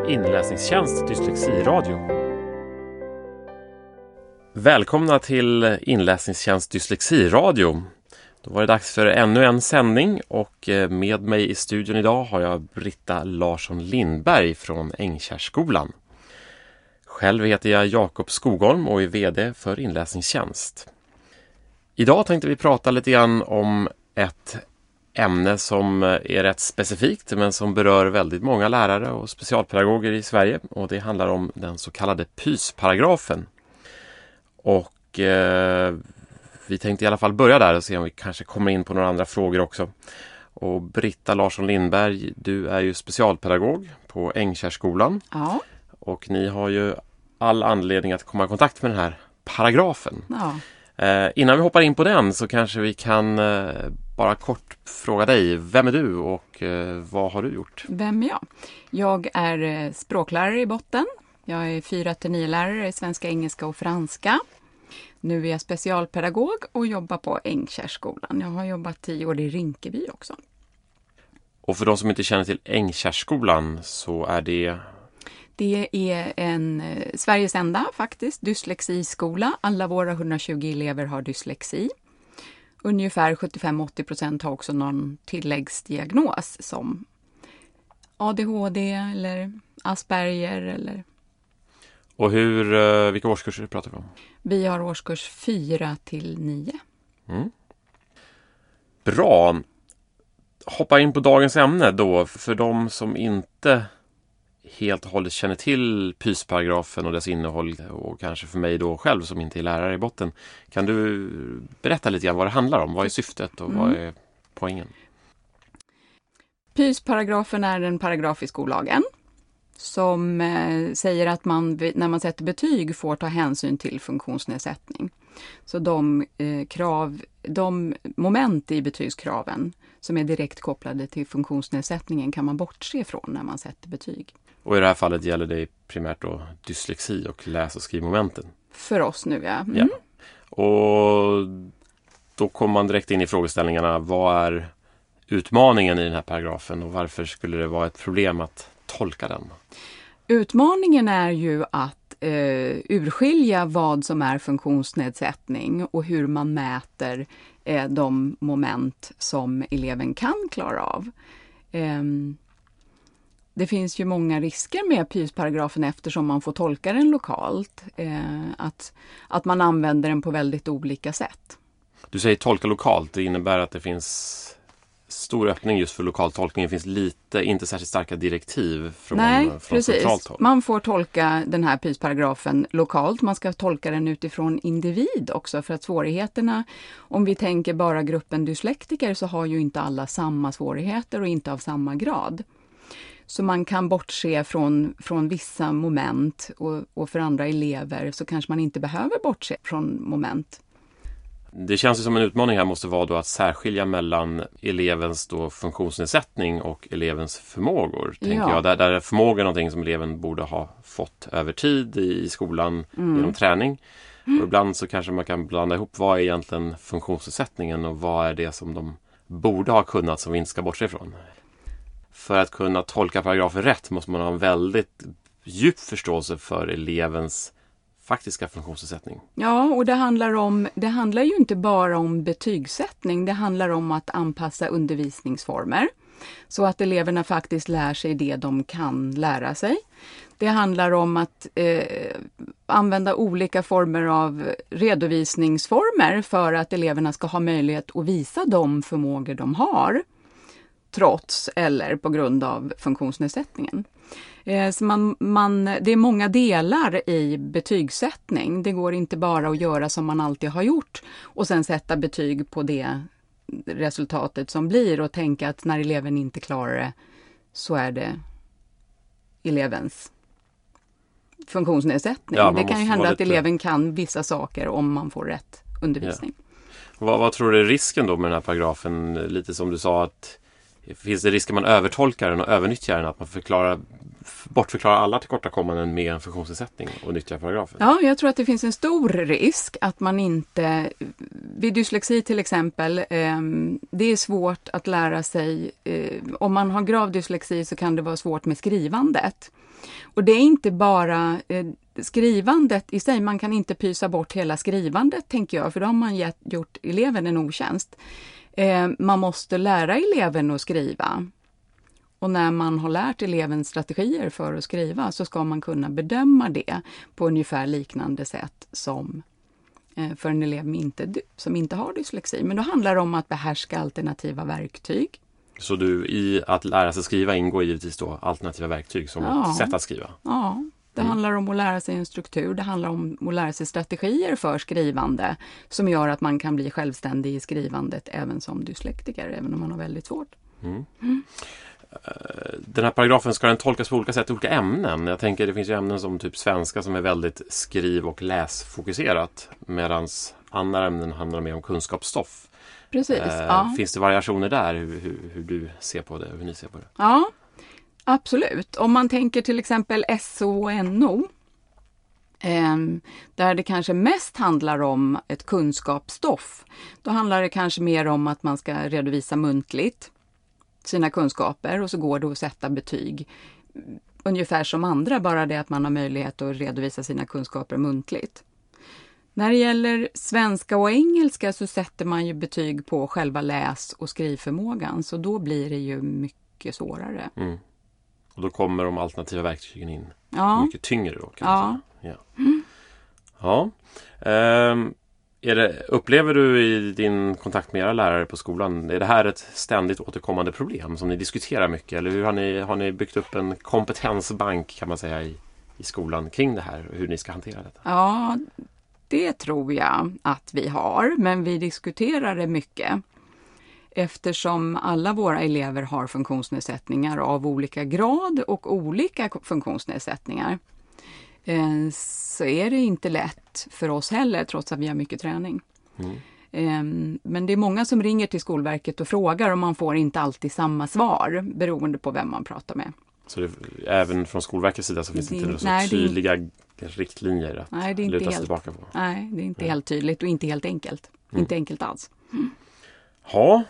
Inläsningstjänst Dyslexiradio. Välkomna till Inläsningstjänst Dyslexiradio. Då var det dags för ännu en sändning och med mig i studion idag har jag Britta Larsson Lindberg från Ängkärrskolan. Själv heter jag Jakob Skogholm och är vd för Inläsningstjänst. Idag tänkte vi prata lite grann om ett ämne som är rätt specifikt men som berör väldigt många lärare och specialpedagoger i Sverige, och det handlar om den så kallade PYS-paragrafen. Och vi tänkte i alla fall börja där och se om vi kanske kommer in på några andra frågor också. Och Britta Larsson Lindberg, du är ju specialpedagog på Ängkärrskolan. Ja. Och ni har ju all anledning att komma i kontakt med den här paragrafen. Ja. Innan vi hoppar in på den så kanske vi kan bara kort fråga dig. Vem är du och vad har du gjort? Vem är jag? Jag är språklärare i botten. Jag är 4-9-lärare i svenska, engelska och franska. Nu är jag specialpedagog och jobbar på Ängkärrskolan. Jag har jobbat 10 år i Rinkeby också. Och för de som inte känner till Ängkärrskolan så är det... Det är en Sveriges enda faktiskt dyslexiskola. Alla våra 120 elever har dyslexi. Ungefär 75-80% har också någon tilläggsdiagnos som ADHD eller Asperger. Eller... Och vilka årskurser pratar vi om? Vi har årskurs 4-9. Mm. Bra. Hoppa in på dagens ämne då. För de som inte helt och hållet känner till PYS-paragrafen och dess innehåll, och kanske för mig då själv som inte är lärare i botten. Kan du berätta lite grann vad det handlar om? Vad är syftet och vad är poängen? PYS-paragrafen är en paragraf i skollagen som säger att man när man sätter betyg får ta hänsyn till funktionsnedsättning. Så de moment i betygskraven som är direkt kopplade till funktionsnedsättningen kan man bortse ifrån när man sätter betyg. Och i det här fallet gäller det primärt då dyslexi och läs- och skrivmomenten. För oss nu, ja. Mm. Ja. Och då kommer man direkt in i frågeställningarna. Vad är utmaningen i den här paragrafen och varför skulle det vara ett problem att tolka den? Utmaningen är ju att urskilja vad som är funktionsnedsättning och hur man mäter de moment som eleven kan klara av. Det finns ju många risker med PYS-paragrafen eftersom man får tolka den lokalt. Att man använder den på väldigt olika sätt. Du säger tolka lokalt. Det innebär att det finns stor öppning just för lokal tolkning. Det finns inte särskilt starka direktiv från centralt håll. Man får tolka den här PYS-paragrafen lokalt. Man ska tolka den utifrån individ också, för att svårigheterna, om vi tänker bara gruppen dyslektiker, så har ju inte alla samma svårigheter och inte av samma grad. Så man kan bortse från vissa moment och för andra elever så kanske man inte behöver bortse från moment. Det känns ju som en utmaning här måste vara då att särskilja mellan elevens då funktionsnedsättning och elevens förmågor. Tänker jag. Där är förmåga någonting som eleven borde ha fått över tid i skolan genom träning. Och ibland så kanske man kan blanda ihop vad är egentligen funktionsnedsättningen och vad är det som de borde ha kunnat som vi inte ska bortse ifrån. För att kunna tolka paragrafen rätt måste man ha en väldigt djup förståelse för elevens faktiska funktionsnedsättning. Ja, och det handlar ju inte bara om betygssättning. Det handlar om att anpassa undervisningsformer så att eleverna faktiskt lär sig det de kan lära sig. Det handlar om att använda olika former av redovisningsformer för att eleverna ska ha möjlighet att visa de förmågor de har, trots eller på grund av funktionsnedsättningen. Så det är många delar i betygssättning. Det går inte bara att göra som man alltid har gjort och sen sätta betyg på det resultatet som blir och tänka att när eleven inte klarar det så är det elevens funktionsnedsättning. Ja, det kan ju hända att eleven kan vissa saker om man får rätt undervisning. Ja. Vad tror du är risken då med den här paragrafen? Lite som du sa, att finns det risk att man övertolkar den och övernyttjar den, att man bortförklarar alla tillkortakommanden med en funktionsnedsättning och nyttjar paragrafen? Ja, jag tror att det finns en stor risk att man inte, vid dyslexi till exempel, det är svårt att lära sig, om man har grav dyslexi så kan det vara svårt med skrivandet. Och det är inte bara skrivandet i sig, man kan inte pysa bort hela skrivandet tänker jag, för då har man gjort eleven en otjänst. Man måste lära eleven att skriva. Och när man har lärt eleven strategier för att skriva så ska man kunna bedöma det på ungefär liknande sätt som för en elev som inte har dyslexi. Men då handlar det om att behärska alternativa verktyg. Så i att lära sig skriva ingår givetvis då alternativa verktyg som ett sätt att skriva? Ja, det handlar om att lära sig en struktur. Det handlar om att lära sig strategier för skrivande som gör att man kan bli självständig i skrivandet även som dyslektiker, även om man har väldigt svårt. Den här paragrafen, ska den tolkas på olika sätt i olika ämnen? Jag tänker det finns ju ämnen som typ svenska som är väldigt skriv- och läsfokuserat, medan andra ämnen handlar mer om kunskapsstoff. Precis, Finns det variationer där hur du ser på det, hur ni ser på det? Ja, absolut. Om man tänker till exempel SO och NO, där det kanske mest handlar om ett kunskapsstoff, då handlar det kanske mer om att man ska redovisa muntligt sina kunskaper och så går det att sätta betyg ungefär som andra, bara det att man har möjlighet att redovisa sina kunskaper muntligt. När det gäller svenska och engelska så sätter man ju betyg på själva läs- och skrivförmågan, så då blir det ju mycket svårare. Och då kommer de alternativa verktygen in mycket tyngre då, kan man säga. Ja. Upplever du i din kontakt med era lärare på skolan, är det här ett ständigt återkommande problem som ni diskuterar mycket? Eller hur har ni byggt upp en kompetensbank, kan man säga, i skolan kring det här? Hur ni ska hantera detta? Ja, det tror jag att vi har, men vi diskuterar det mycket. Eftersom alla våra elever har funktionsnedsättningar av olika grad och olika funktionsnedsättningar, så är det inte lätt för oss heller, trots att vi har mycket träning. Men det är många som ringer till Skolverket och frågar, och man får inte alltid samma svar beroende på vem man pratar med. Så även från Skolverkets sida så finns det inte så tydliga riktlinjer att luta sig tillbaka på? Nej, det är inte helt tydligt och inte helt enkelt. Inte enkelt alls. Ja,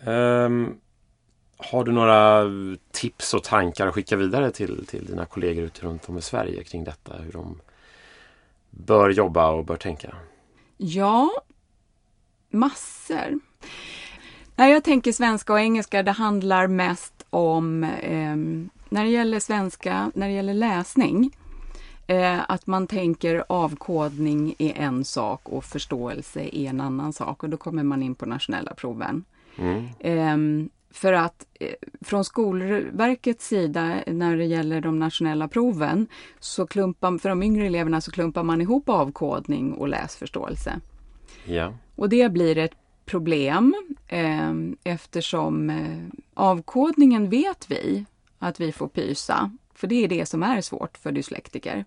har du några tips och tankar att skicka vidare till dina kollegor ute runt om i Sverige kring detta? Hur de bör jobba och bör tänka? Ja, massor. När jag tänker svenska och engelska, det handlar mest om, när det gäller svenska, när det gäller läsning, att man tänker avkodning är en sak och förståelse är en annan sak. Och då kommer man in på nationella proven. För att från Skolverkets sida, när det gäller de nationella proven, så för de yngre eleverna så klumpar man ihop avkodning och läsförståelse. Ja. Och det blir ett problem eftersom avkodningen vet vi att vi får pysa. För det är det som är svårt för dyslektiker.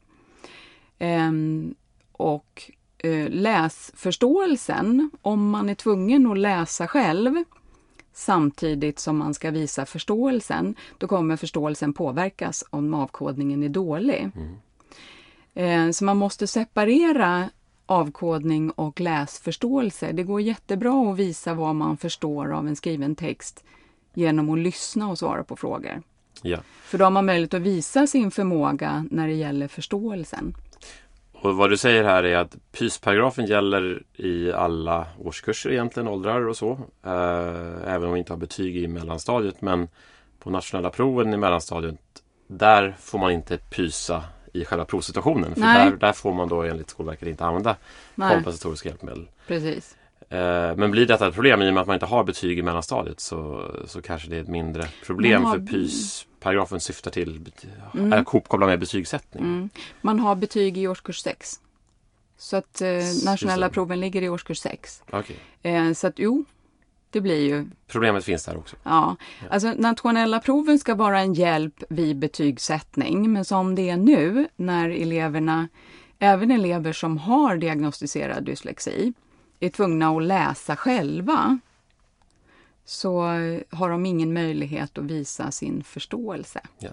Och läsförståelsen, om man är tvungen att läsa själv samtidigt som man ska visa förståelsen, då kommer förståelsen påverkas om avkodningen är dålig. Så man måste separera avkodning och läsförståelse. Det går jättebra att visa vad man förstår av en skriven text genom att lyssna och svara på frågor. Ja. För då har man möjlighet att visa sin förmåga när det gäller förståelsen. Och vad du säger här är att PYS-paragrafen gäller i alla årskurser egentligen, åldrar och så. Även om vi inte har betyg i mellanstadiet. Men på nationella proven i mellanstadiet, där får man inte pysa i själva provsituationen. För där får man då enligt Skolverket inte använda kompensatoriska hjälpmedel. Precis. Men blir detta ett problem i och med att man inte har betyg i mellanstadiet, så kanske det är ett mindre problem, för PYS-paragrafen syftar till att hopkoppla med betygssättning. Man har betyg i årskurs 6. Så att nationella proven ligger i årskurs 6. Okay. Så att det blir ju... Problemet finns där också. Ja, alltså nationella proven ska vara en hjälp vid betygssättning, men som det är nu när även elever som har diagnostiserad dyslexi, är tvungna att läsa själva, så har de ingen möjlighet att visa sin förståelse. Ja.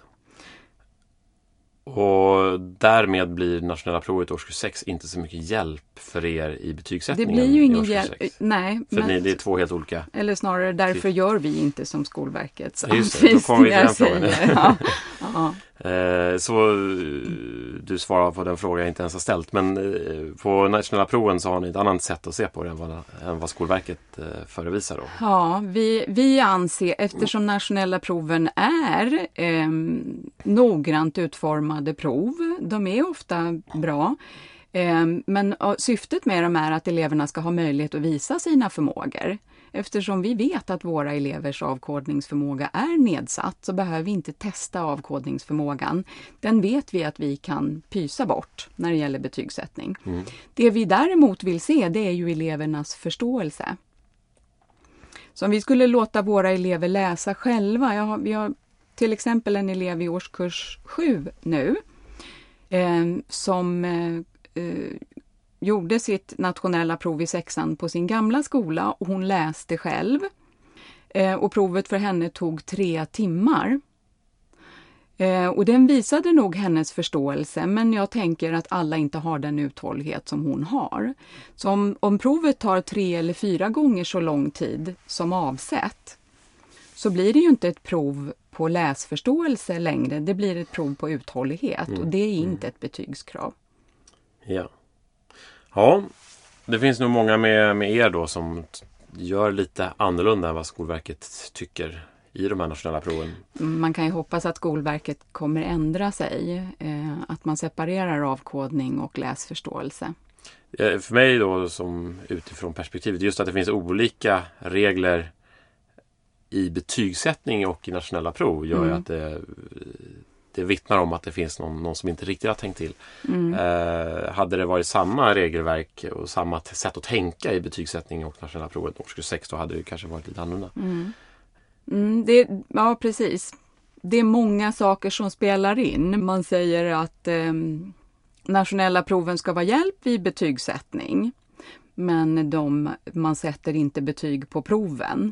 Och därmed blir nationella provet årskurs 6 inte så mycket hjälp för er i betygssättningen. Det blir ju ingen hjälp. Nej. För det är två helt olika. Eller snarare därför gör vi inte som Skolverkets anvisningar säger. Så du svarar på den fråga jag inte ens har ställt. Men på nationella proven så har ni ett annat sätt att se på det än vad Skolverket förevisar då. Ja, vi anser, eftersom nationella proven är noggrant utformade prov, de är ofta bra. Men syftet med dem är att eleverna ska ha möjlighet att visa sina förmågor. Eftersom vi vet att våra elevers avkodningsförmåga är nedsatt så behöver vi inte testa avkodningsförmågan. Den vet vi att vi kan pysa bort när det gäller betygssättning. Det vi däremot vill se, det är ju elevernas förståelse. Så om vi skulle låta våra elever läsa själva. Vi har till exempel en elev i årskurs 7 nu som gjorde sitt nationella prov i 6:an på sin gamla skola och hon läste själv. Och provet för henne tog 3 timmar. Och den visade nog hennes förståelse, men jag tänker att alla inte har den uthållighet som hon har. Så om provet tar 3 eller 4 gånger så lång tid som avsett så blir det ju inte ett prov på läsförståelse längre, det blir ett prov på uthållighet och det är inte ett betygskrav. Ja, det finns nog många med er då som gör lite annorlunda än vad Skolverket tycker i de här nationella proven. Man kan ju hoppas att Skolverket kommer ändra sig, att man separerar avkodning och läsförståelse. För mig då som utifrån perspektivet, just att det finns olika regler i betygssättning och i nationella prov gör ju att det vittnar om att det finns någon som inte riktigt har tänkt till. Hade det varit samma regelverk och samma sätt att tänka i betygssättning och nationella provet årskurs 6 då hade det kanske varit lite annorlunda. Ja, precis. Det är många saker som spelar in. Man säger att nationella proven ska vara hjälp vid betygssättning. Men man sätter inte betyg på proven.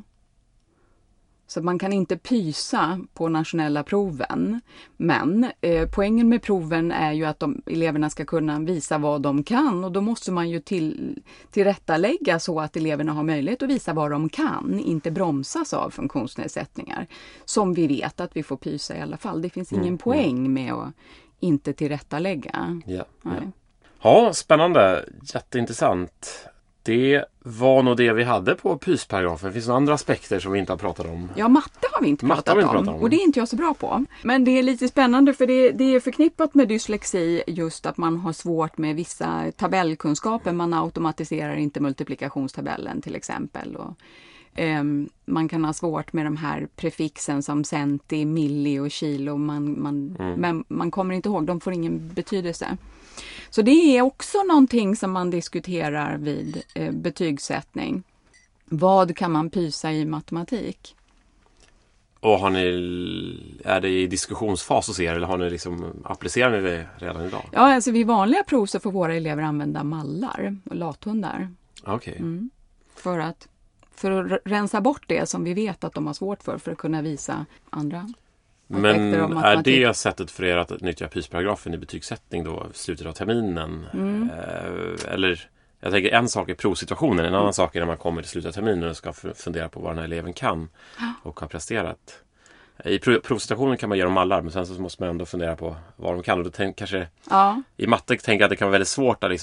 Så man kan inte pysa på nationella proven. Men poängen med proven är ju att eleverna ska kunna visa vad de kan. Och då måste man ju tillrättalägga så att eleverna har möjlighet att visa vad de kan. Inte bromsas av funktionsnedsättningar. Som vi vet att vi får pysa i alla fall. Det finns ingen poäng med att inte tillrättalägga. Ja, spännande. Jätteintressant. Det var nog det vi hade på pysparagrafen. Det finns några andra aspekter som vi inte har pratat om. Ja, matte har vi inte pratat om. Och det är inte jag så bra på. Men det är lite spännande för det är förknippat med dyslexi just att man har svårt med vissa tabellkunskaper. Man automatiserar inte multiplikationstabellen till exempel. Och, man kan ha svårt med de här prefixen som centi, milli och kilo. Men man kommer inte ihåg, de får ingen betydelse. Så det är också någonting som man diskuterar vid betygssättning. Vad kan man pysa i matematik? Och är det i diskussionsfas hos er eller har ni applicerar ni det redan idag? Ja, alltså vid vanliga prov så får våra elever använda mallar och lathundar. Okej. För att rensa bort det som vi vet att de har svårt för att kunna visa andra. Men är det sättet för er att nyttja pysparagrafen i betygssättning då slutet av terminen? Eller jag tänker en sak är provsituationen, en annan sak är när man kommer till slutet av terminen och ska fundera på vad den här eleven kan och har presterat. I provsituationen kan man ge dem mallar men sen så måste man ändå fundera på vad de kan och då kanske i matte tänker jag att det kan vara väldigt svårt att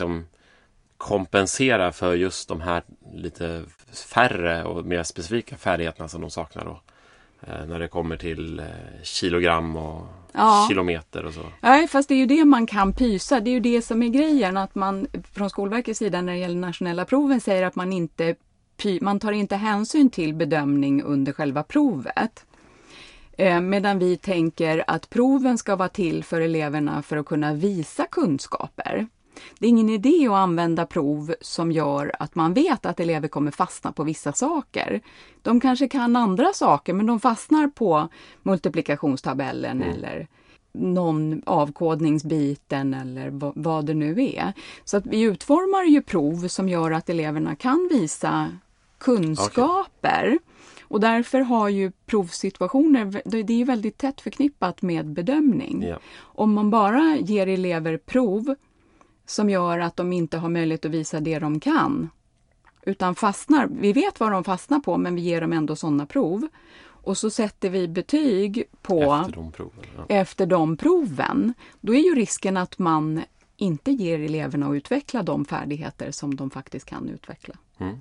kompensera för just de här lite färre och mer specifika färdigheterna som de saknar då. När det kommer till kilogram och kilometer och så. Nej, fast det är ju det man kan pysa. Det är ju det som är grejen. Att man från Skolverkets sida när det gäller nationella proven säger att man tar inte hänsyn till bedömning under själva provet. Medan vi tänker att proven ska vara till för eleverna för att kunna visa kunskaper. Det är ingen idé att använda prov som gör att man vet att elever kommer fastna på vissa saker. De kanske kan andra saker men de fastnar på multiplikationstabellen eller någon avkodningsbiten eller vad det nu är. Så att vi utformar ju prov som gör att eleverna kan visa kunskaper. Okay. Och därför har ju provsituationer, det är ju väldigt tätt förknippat med bedömning. Yeah. Om man bara ger elever prov som gör att de inte har möjlighet att visa det de kan. Utan fastnar, vi vet vad de fastnar på men vi ger dem ändå sådana prov. och så sätter vi betyg på efter de proven, då är ju risken att man inte ger eleverna att utveckla de färdigheter som de faktiskt kan utveckla. Mm.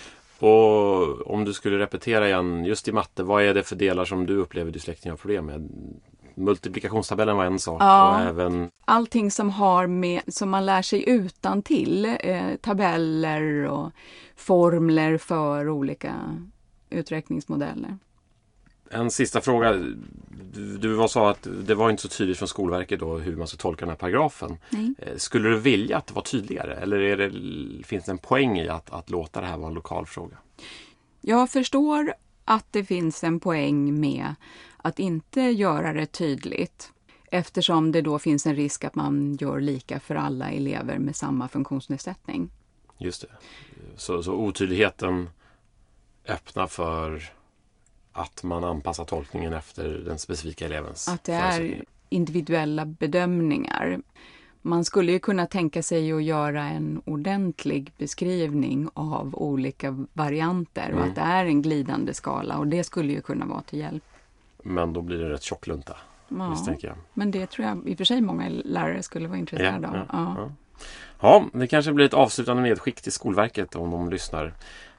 Och om du skulle repetera igen, just i matte, vad är det för delar som du upplever dyslektiker har problem med? Multiplikationstabellen var en sak. Ja, och även allting som man lär sig utantill, tabeller och formler för olika uträkningsmodeller. En sista fråga. Du sa att det var inte så tydligt från Skolverket då hur man ska tolka den här paragrafen. Nej. Skulle du vilja att det var tydligare? Eller finns det en poäng i att låta det här vara en lokal fråga? Jag förstår att det finns en poäng med att inte göra det tydligt, eftersom det då finns en risk att man gör lika för alla elever med samma funktionsnedsättning. Just det. Så otydligheten öppnar för att man anpassar tolkningen efter den specifika elevens att det är individuella bedömningar. Man skulle ju kunna tänka sig att göra en ordentlig beskrivning av olika varianter och att det är en glidande skala, och det skulle ju kunna vara till hjälp. Men då blir det rätt tjocklunta, misstänker jag. Men det tror jag i och för sig många lärare skulle vara intresserade av. Ja, det kanske blir ett avslutande medskick till Skolverket om de lyssnar.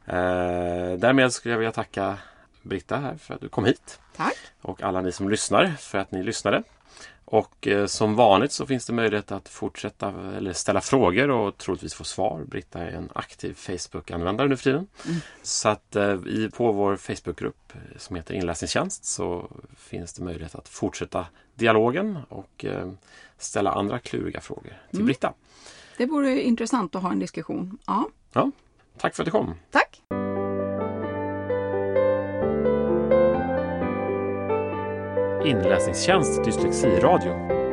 Därmed skulle jag vilja tacka Britta här för att du kom hit. Tack. Och alla ni som lyssnar för att ni lyssnade. Och som vanligt så finns det möjlighet att fortsätta eller ställa frågor och troligtvis få svar. Britta är en aktiv Facebook-användare nu för tiden. Så att på vår Facebookgrupp som heter Inläsningstjänst så finns det möjlighet att fortsätta dialogen och ställa andra kluriga frågor till Britta. Det vore intressant att ha en diskussion. Ja, tack för att du kom. Tack. Inläsningstjänst Dyslexiradio.